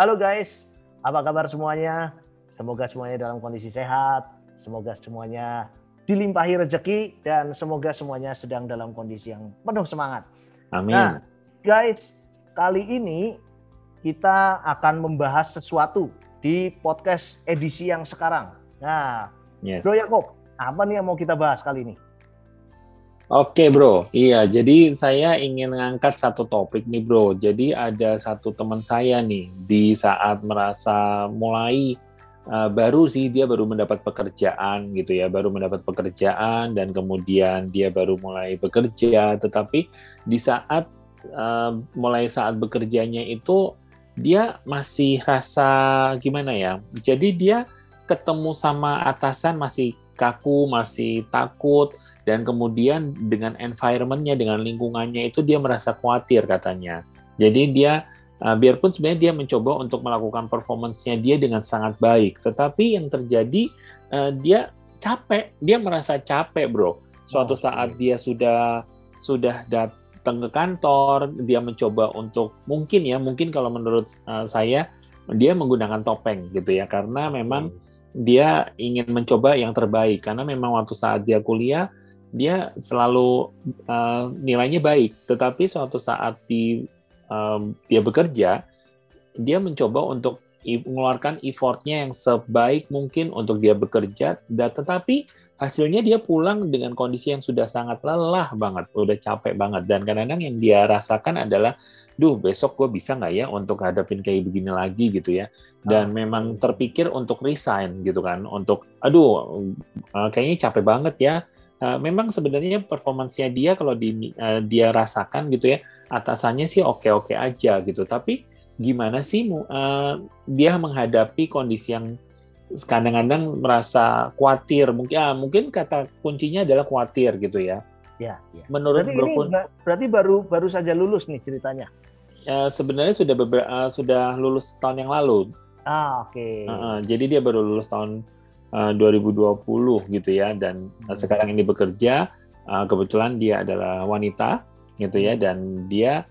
Halo guys, apa kabar semuanya? Semoga semuanya dalam kondisi sehat, semoga semuanya dilimpahi rezeki, dan semoga semuanya sedang dalam kondisi yang penuh semangat. Amin. Nah guys, kali ini kita akan membahas sesuatu di podcast edisi yang sekarang. Nah, Yes. Bro Yakob, apa nih yang mau kita bahas kali ini? Oke bro, iya. Jadi saya ingin ngangkat satu topik nih bro. Jadi ada satu teman saya nih di saat merasa mulai baru sih dia baru mendapat pekerjaan gitu ya, baru mendapat pekerjaan dan kemudian dia baru mulai bekerja. Tetapi di saat mulai saat bekerjanya itu dia masih rasa gimana ya? Jadi dia ketemu sama atasan masih kaku, masih takut. Dan kemudian dengan environment-nya, dengan lingkungannya itu dia merasa khawatir katanya. Jadi dia, biarpun sebenarnya dia mencoba untuk melakukan performance-nya dia dengan sangat baik, tetapi yang terjadi dia capek, dia merasa capek bro. Suatu saat dia sudah datang ke kantor, dia mencoba untuk mungkin kalau menurut saya dia menggunakan topeng gitu ya, karena memang dia ingin mencoba yang terbaik, karena memang waktu saat dia kuliah dia selalu nilainya baik, tetapi suatu saat dia bekerja, dia mencoba untuk mengeluarkan effort-nya yang sebaik mungkin untuk dia bekerja, tetapi hasilnya dia pulang dengan kondisi yang sudah sangat lelah banget, udah capek banget, dan kadang-kadang yang dia rasakan adalah, besok gue bisa nggak ya untuk hadapin kayak begini lagi gitu ya, dan memang terpikir untuk resign gitu kan, untuk kayaknya capek banget ya. Memang sebenarnya performance-nya dia kalau dia rasakan gitu ya, atasannya sih oke-oke aja gitu. Tapi gimana sih dia menghadapi kondisi yang kadang-kadang merasa khawatir. Mungkin kata kuncinya adalah khawatir gitu ya. Ya. Menurut berarti baru saja lulus nih ceritanya. Sebenarnya sudah lulus tahun yang lalu. Oke. Jadi dia baru lulus tahun 2020 gitu ya, dan sekarang ini bekerja, kebetulan dia adalah wanita gitu ya, dan dia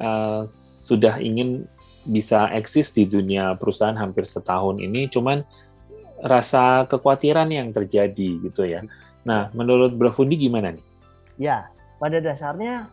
sudah ingin bisa eksis di dunia perusahaan hampir setahun ini, cuman rasa kekhawatiran yang terjadi gitu ya. Nah, menurut Bro Fundi gimana nih? Ya, pada dasarnya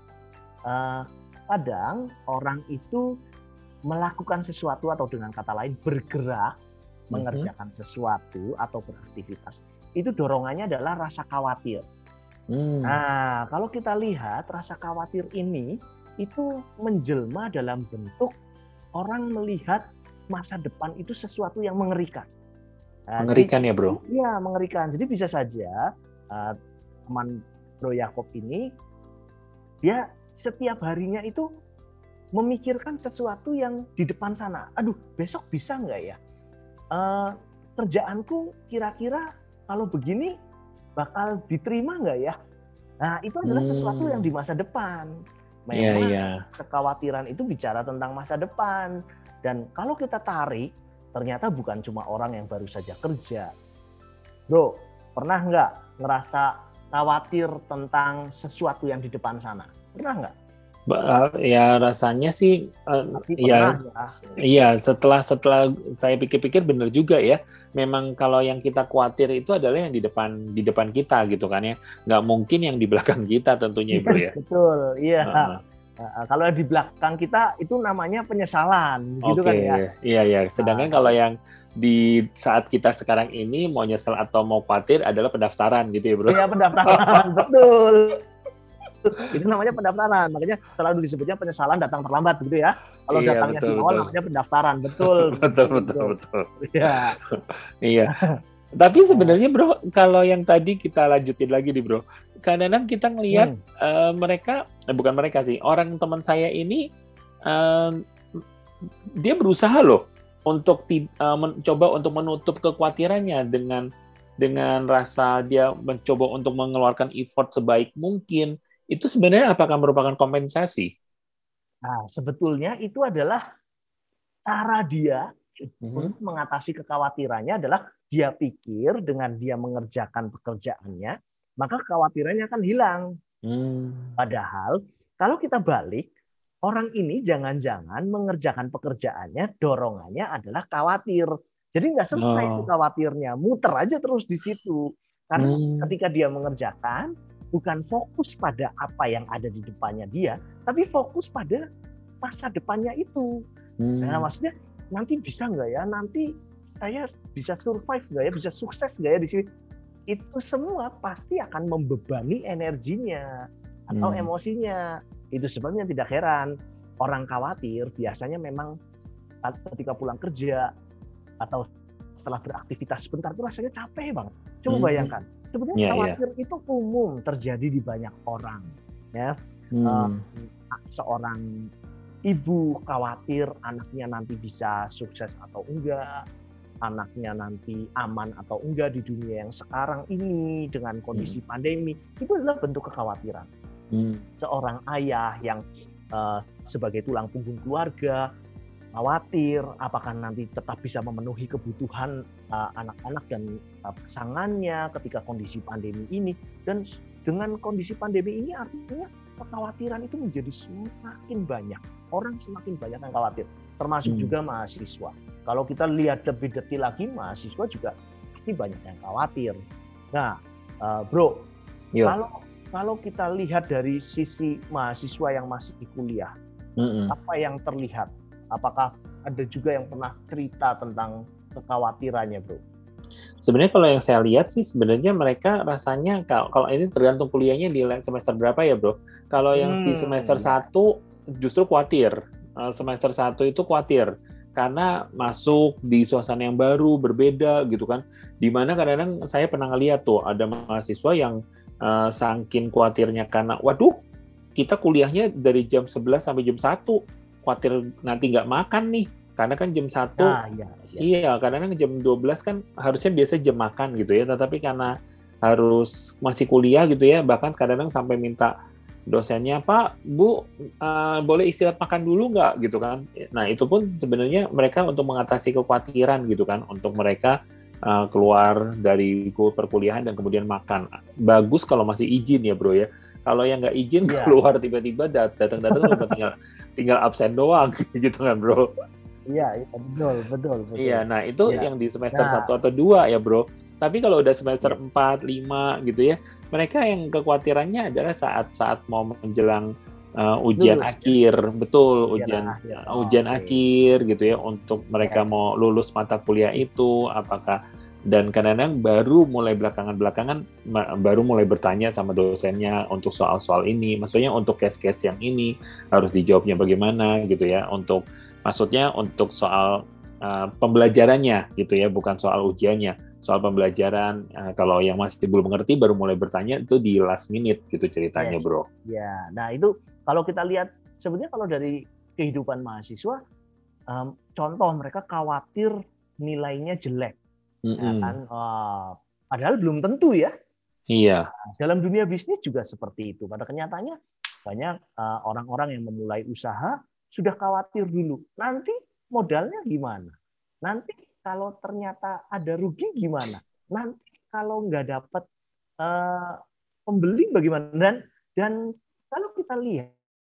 kadang orang itu melakukan sesuatu atau dengan kata lain bergerak mengerjakan sesuatu atau beraktivitas, itu dorongannya adalah rasa khawatir. Nah, kalau kita lihat rasa khawatir ini itu menjelma dalam bentuk orang melihat masa depan itu sesuatu yang mengerikan. Mengerikan ya bro? Iya, mengerikan. Jadi bisa saja teman Bro Yakob ini dia setiap harinya itu memikirkan sesuatu yang di depan sana. Aduh, besok bisa nggak ya? Kerjaanku kira-kira kalau begini bakal diterima nggak ya? Nah, itu adalah sesuatu yang di masa depan. Memang kekhawatiran itu bicara tentang masa depan. Dan kalau kita tarik, ternyata bukan cuma orang yang baru saja kerja. Bro, pernah nggak ngerasa khawatir tentang sesuatu yang di depan sana? Pernah nggak? Ya rasanya sih iya, setelah saya pikir-pikir benar juga ya, memang kalau yang kita khawatir itu adalah yang di depan kita gitu kan ya, nggak mungkin yang di belakang kita tentunya bro ya. Betul, iya. Kalau yang di belakang kita itu namanya penyesalan gitu kan ya. Iya, sedangkan kalau yang di saat kita sekarang ini mau nyesel atau mau khawatir adalah pendaftaran gitu ya bro. Iya, pendaftaran. Betul. Itu namanya pendaftaran, makanya selalu disebutnya penyesalan datang terlambat gitu ya. Kalau datangnya di awal namanya pendaftaran, betul. Betul. Iya. Tapi sebenarnya bro, kalau yang tadi kita lanjutin lagi nih bro, kadang-kadang kita ngelihat bukan mereka sih, orang teman saya ini dia berusaha loh untuk mencoba untuk menutup kekhawatirannya dengan rasa dia mencoba untuk mengeluarkan effort sebaik mungkin. Itu sebenarnya apakah merupakan kompensasi? Nah, sebetulnya itu adalah cara dia untuk mengatasi kekhawatirannya adalah dia pikir dengan dia mengerjakan pekerjaannya, maka kekhawatirannya akan hilang. Padahal kalau kita balik, orang ini jangan-jangan mengerjakan pekerjaannya, dorongannya adalah khawatir. Jadi nggak selesai itu khawatirnya, muter aja terus di situ. Karena ketika dia mengerjakan, bukan fokus pada apa yang ada di depannya dia, tapi fokus pada masa depannya itu. Nah, maksudnya nanti bisa nggak ya? Nanti saya bisa survive nggak ya? Bisa sukses nggak ya di sini? Itu semua pasti akan membebani energinya atau emosinya. Itu sebabnya tidak heran orang khawatir biasanya memang ketika pulang kerja atau setelah beraktivitas sebentar itu rasanya capek banget. Coba bayangkan, sebenarnya khawatir itu umum terjadi di banyak orang. Ya, seorang ibu khawatir anaknya nanti bisa sukses atau enggak, anaknya nanti aman atau enggak di dunia yang sekarang ini dengan kondisi pandemi. Itu adalah bentuk kekhawatiran. Seorang ayah yang sebagai tulang punggung keluarga khawatir apakah nanti tetap bisa memenuhi kebutuhan anak-anak dan pasangannya ketika kondisi pandemi ini. Dan dengan kondisi pandemi ini artinya kekhawatiran itu menjadi semakin banyak. Orang semakin banyak yang khawatir, termasuk juga mahasiswa. Kalau kita lihat lebih detail lagi, mahasiswa juga pasti banyak yang khawatir. Nah, bro, kalau kita lihat dari sisi mahasiswa yang masih di kuliah, apa yang terlihat? Apakah ada juga yang pernah cerita tentang kekhawatirannya, bro? Sebenarnya kalau yang saya lihat sih sebenarnya mereka rasanya kalau ini tergantung kuliahnya di semester berapa ya, bro. Kalau yang di semester 1 justru khawatir. Semester 1 itu khawatir karena masuk di suasana yang baru, berbeda gitu kan. Dimana kadang-kadang saya pernah ngeliat tuh ada mahasiswa yang saking khawatirnya karena waduh, kita kuliahnya dari jam 11 sampai jam 1. Khawatir nanti nggak makan nih, karena kan jam 1, iya, kadang-kadang jam 12 kan harusnya biasa jam makan gitu ya, tetapi karena harus masih kuliah gitu ya, bahkan kadang-kadang sampai minta dosennya, Pak, Bu, boleh istirahat makan dulu nggak gitu kan. Nah itu pun sebenarnya mereka untuk mengatasi kekhawatiran gitu kan, untuk mereka keluar dari perkuliahan dan kemudian makan. Bagus kalau masih izin ya bro ya. Kalau yang nggak izin keluar tiba-tiba datang-datang cuma tinggal absen doang gitu kan bro. Iya, betul. Iya, nah itu yang di semester 1 atau 2 ya bro. Tapi kalau udah semester 4, 5 gitu ya, mereka yang kekhawatirannya adalah saat-saat mau menjelang ujian akhir, betul, ujian akhir gitu ya, untuk mereka mau lulus mata kuliah itu, apakah. Dan kadang-kadang baru mulai belakangan baru mulai bertanya sama dosennya untuk soal-soal ini, maksudnya untuk case-case yang ini harus dijawabnya bagaimana gitu ya, maksudnya untuk soal pembelajarannya gitu ya, bukan soal ujiannya, soal pembelajaran. Kalau yang masih belum mengerti baru mulai bertanya itu di last minute gitu ceritanya bro. Ya, nah itu kalau kita lihat sebenarnya kalau dari kehidupan mahasiswa, contoh mereka khawatir nilainya jelek. Ya kan, padahal belum tentu ya. Iya. Dalam dunia bisnis juga seperti itu. Pada kenyataannya banyak orang-orang yang memulai usaha sudah khawatir dulu. Nanti modalnya gimana? Nanti kalau ternyata ada rugi gimana? Nanti kalau nggak dapat pembeli bagaimana? Dan kalau kita lihat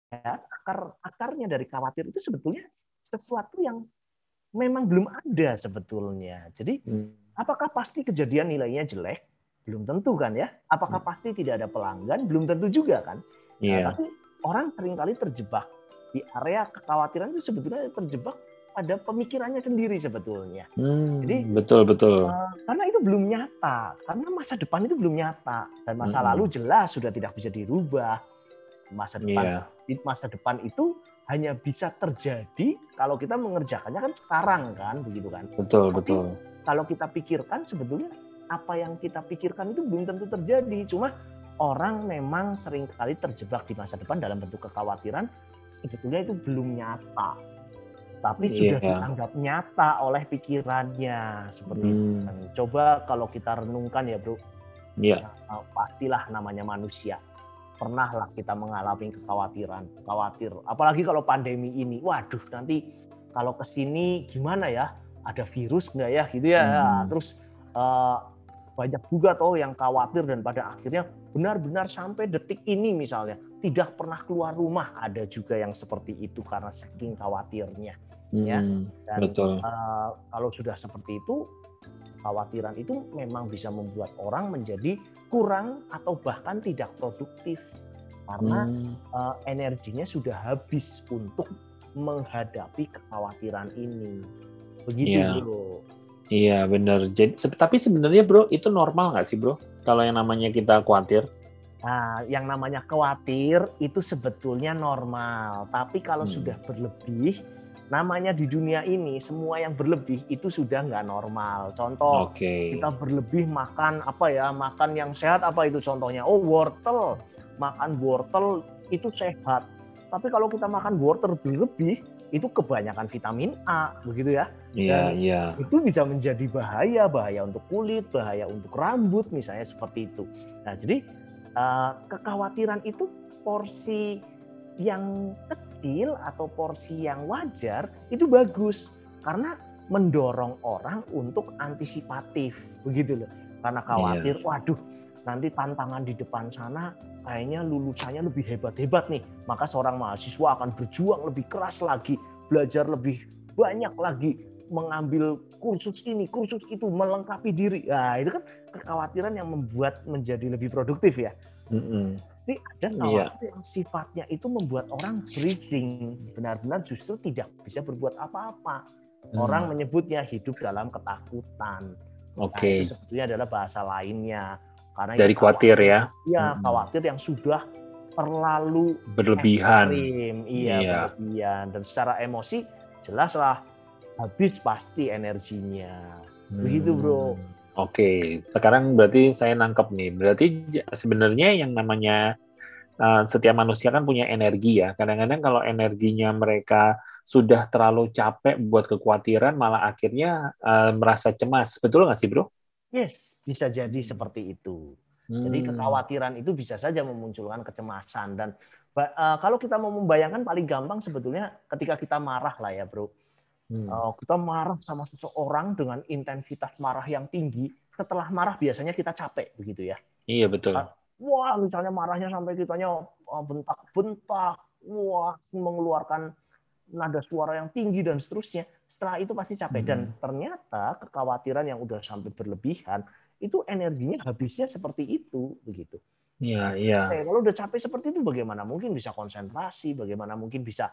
akarnya dari khawatir itu sebetulnya sesuatu yang memang belum ada sebetulnya. Jadi apakah pasti kejadian nilainya jelek? Belum tentu kan ya. Apakah pasti tidak ada pelanggan? Belum tentu juga kan. Nah, tapi orang seringkali terjebak di area kekhawatiran itu sebetulnya terjebak pada pemikirannya sendiri sebetulnya. Jadi betul. Karena itu belum nyata. Karena masa depan itu belum nyata dan masa lalu jelas sudah tidak bisa dirubah. Masa depan itu hanya bisa terjadi kalau kita mengerjakannya kan sekarang kan, begitu kan. Betul. Kalau kita pikirkan sebetulnya apa yang kita pikirkan itu belum tentu terjadi. Cuma orang memang seringkali terjebak di masa depan dalam bentuk kekhawatiran sebetulnya itu belum nyata. Tapi sudah dianggap nyata oleh pikirannya seperti itu. Coba kalau kita renungkan ya, Bro. Pastilah namanya manusia. Pernahlah kita mengalami kekhawatiran, khawatir. Apalagi kalau pandemi ini, waduh nanti kalau kesini gimana ya? Ada virus nggak ya? Gitu ya. Terus banyak juga toh yang khawatir dan pada akhirnya benar-benar sampai detik ini misalnya tidak pernah keluar rumah. Ada juga yang seperti itu karena saking khawatirnya. Ya. Dan betul. Kalau sudah seperti itu, kekhawatiran itu memang bisa membuat orang menjadi kurang atau bahkan tidak produktif karena energinya sudah habis untuk menghadapi kekhawatiran ini. Begitu, Iya. Bro. Iya, benar. Jadi, tapi sebenarnya Bro, itu normal nggak sih Bro? Kalau yang namanya kita khawatir? Nah, yang namanya khawatir itu sebetulnya normal. Tapi kalau sudah berlebih, namanya di dunia ini semua yang berlebih itu sudah nggak normal. Contoh, kita berlebih makan makan yang sehat apa itu contohnya? Oh, wortel. Makan wortel itu sehat. Tapi kalau kita makan wortel berlebih, itu kebanyakan vitamin A, begitu ya. Dan itu bisa menjadi bahaya untuk kulit, bahaya untuk rambut, misalnya seperti itu. Nah, jadi kekhawatiran itu porsi yang kecil atau porsi yang wajar itu bagus karena mendorong orang untuk antisipatif, begitu loh. Karena khawatir, waduh, nanti tantangan di depan sana kayaknya lulusannya lebih hebat-hebat nih. Maka seorang mahasiswa akan berjuang lebih keras lagi, belajar lebih banyak lagi, mengambil kursus ini, kursus itu, melengkapi diri. Nah, itu kan kekhawatiran yang membuat menjadi lebih produktif ya. Tapi ada khawatir yang sifatnya itu membuat orang freezing, benar-benar justru tidak bisa berbuat apa-apa. Orang menyebutnya hidup dalam ketakutan. Nah, itu sebetulnya adalah bahasa lainnya. Karena dari khawatir ya? Iya, khawatir yang sudah terlalu berlebihan. Ekstrim, berlebihan. Dan secara emosi jelaslah habis pasti energinya. Begitu, Bro. Oke, sekarang berarti saya nangkep nih. Berarti sebenarnya yang namanya setiap manusia kan punya energi ya. Kadang-kadang kalau energinya mereka sudah terlalu capek buat kekhawatiran, malah akhirnya merasa cemas. Betul nggak sih, Bro? Yes, bisa jadi seperti itu. Jadi kekhawatiran itu bisa saja memunculkan kecemasan. Dan kalau kita mau membayangkan paling gampang sebetulnya ketika kita marah lah ya, Bro. Kita marah sama seseorang dengan intensitas marah yang tinggi. Setelah marah biasanya kita capek, begitu ya. Iya, betul. Wah, misalnya marahnya sampai kitanya bentak-bentak, wah, mengeluarkan nada suara yang tinggi dan seterusnya. Setelah itu pasti capek. Dan ternyata kekhawatiran yang udah sampai berlebihan, itu energinya habisnya seperti itu, begitu. Iya. Kalau udah capek seperti itu, bagaimana mungkin bisa konsentrasi, bagaimana mungkin bisa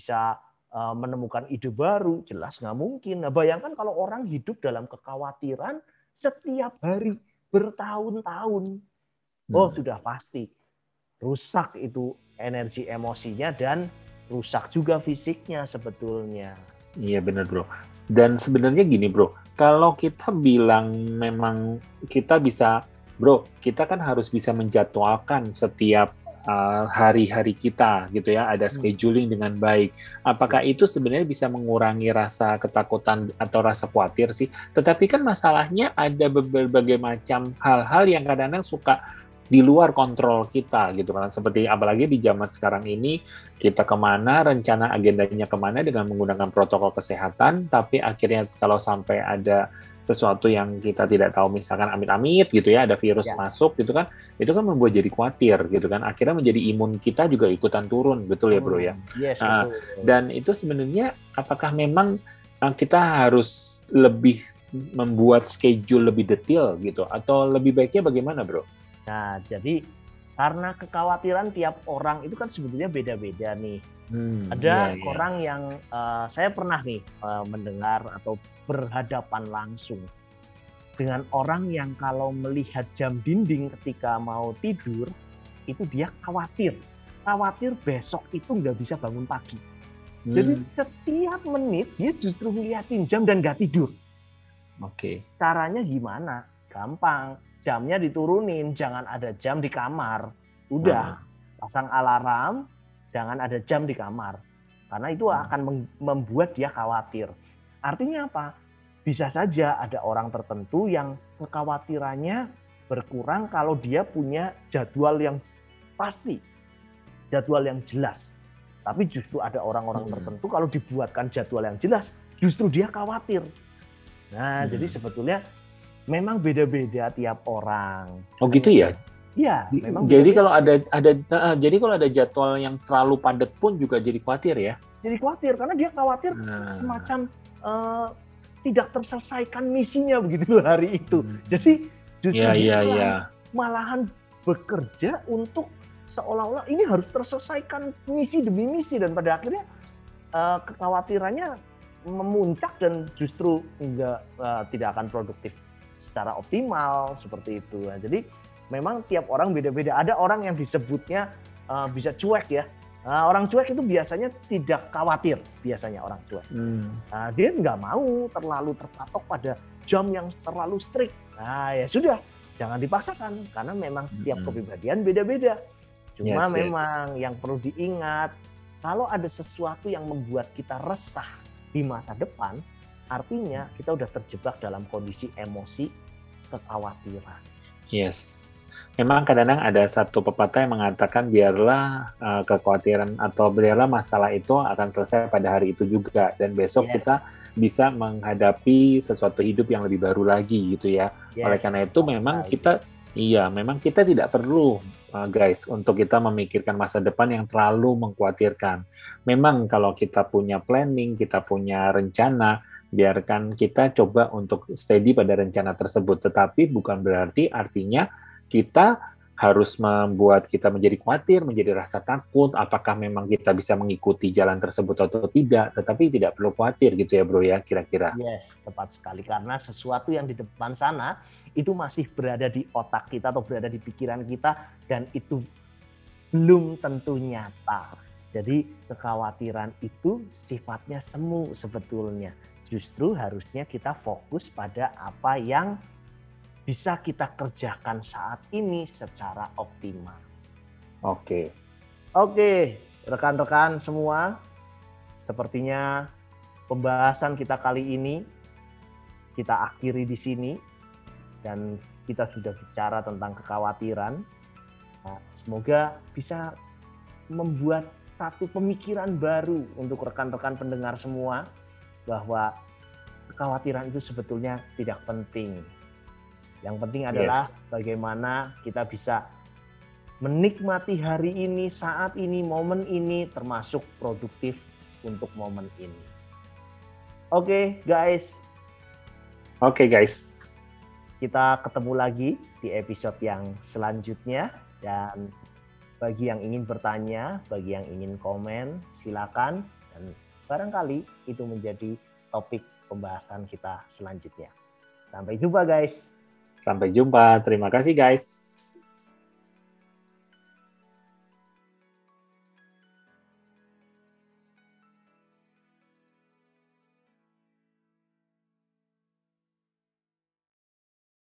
menemukan ide baru? Jelas nggak mungkin. Nah, bayangkan kalau orang hidup dalam kekhawatiran setiap hari bertahun-tahun, sudah pasti rusak itu energi emosinya dan rusak juga fisiknya sebetulnya. Iya benar, Bro. Dan sebenarnya gini, Bro, kalau kita bilang memang kita bisa, Bro, kita kan harus bisa menjadwalkan setiap hari-hari kita gitu ya, ada scheduling dengan baik. Apakah itu sebenarnya bisa mengurangi rasa ketakutan atau rasa khawatir sih? Tetapi kan masalahnya ada berbagai macam hal-hal yang kadang-kadang suka di luar kontrol kita gitu kan, seperti apalagi di zaman sekarang ini kita kemana, rencana agendanya kemana dengan menggunakan protokol kesehatan, tapi akhirnya kalau sampai ada sesuatu yang kita tidak tahu, misalkan amit-amit gitu ya, ada virus masuk gitu kan, itu kan membuat jadi khawatir gitu kan, akhirnya menjadi imun kita juga ikutan turun, betul ya Bro ya? Yes, betul. Dan itu sebenarnya apakah memang kita harus lebih membuat schedule lebih detail gitu, atau lebih baiknya bagaimana Bro? Nah, jadi karena kekhawatiran tiap orang itu kan sebetulnya beda-beda nih. Ada orang yang saya pernah nih mendengar atau berhadapan langsung dengan orang yang kalau melihat jam dinding ketika mau tidur itu dia khawatir besok itu nggak bisa bangun pagi. Jadi setiap menit dia justru ngeliatin jam dan nggak tidur. Caranya gimana? Gampang. Jamnya diturunin, jangan ada jam di kamar. Udah, pasang alarm, jangan ada jam di kamar. Karena itu akan membuat dia khawatir. Artinya apa? Bisa saja ada orang tertentu yang kekhawatirannya berkurang kalau dia punya jadwal yang pasti, jadwal yang jelas. Tapi justru ada orang-orang tertentu kalau dibuatkan jadwal yang jelas, justru dia khawatir. Nah, jadi sebetulnya memang beda-beda tiap orang. Oh gitu ya? Iya, memang jadi beda-beda. jadi kalau ada jadwal yang terlalu padat pun juga jadi khawatir ya? Jadi khawatir karena dia khawatir semacam tidak terselesaikan misinya begitu loh hari itu. Jadi justru malahan bekerja untuk seolah-olah ini harus terselesaikan misi demi misi, dan pada akhirnya kekhawatirannya memuncak dan justru tidak akan produktif secara optimal seperti itu. Nah, jadi memang tiap orang beda-beda. Ada orang yang disebutnya bisa cuek ya. Nah, orang cuek itu biasanya tidak khawatir, biasanya orang cuek. Nah, dia nggak mau terlalu terpatok pada jam yang terlalu strict. Nah ya sudah, jangan dipaksakan karena memang setiap kepribadian beda-beda. Cuma memang yang perlu diingat, kalau ada sesuatu yang membuat kita resah di masa depan, artinya kita udah terjebak dalam kondisi emosi kekhawatiran. Yes. Memang kadang-kadang ada satu pepatah yang mengatakan biarlah kekhawatiran atau biarlah masalah itu akan selesai pada hari itu juga, dan besok kita bisa menghadapi sesuatu hidup yang lebih baru lagi gitu ya. Oleh karena itu memang kita tidak perlu guys untuk kita memikirkan masa depan yang terlalu mengkhawatirkan. Memang kalau kita punya planning, kita punya rencana, biarkan kita coba untuk steady pada rencana tersebut, tetapi bukan berarti artinya kita harus membuat kita menjadi khawatir, menjadi rasa takut, apakah memang kita bisa mengikuti jalan tersebut atau tidak, tetapi tidak perlu khawatir gitu ya bro ya, kira-kira. Yes, tepat sekali, karena sesuatu yang di depan sana itu masih berada di otak kita atau berada di pikiran kita, dan itu belum tentu nyata. Jadi kekhawatiran itu sifatnya semu sebetulnya. Justru harusnya kita fokus pada apa yang bisa kita kerjakan saat ini secara optimal. Oke, rekan-rekan semua, sepertinya pembahasan kita kali ini kita akhiri di sini, dan kita sudah bicara tentang kekhawatiran. Nah, semoga bisa membuat satu pemikiran baru untuk rekan-rekan pendengar semua, bahwa kekhawatiran itu sebetulnya tidak penting. Yang penting adalah bagaimana kita bisa menikmati hari ini, saat ini, momen ini, termasuk produktif untuk momen ini. Oke guys. Kita ketemu lagi di episode yang selanjutnya, dan bagi yang ingin bertanya, bagi yang ingin komen, silakan, dan barangkali itu menjadi topik pembahasan kita selanjutnya. Sampai jumpa guys. Sampai jumpa. Terima kasih guys.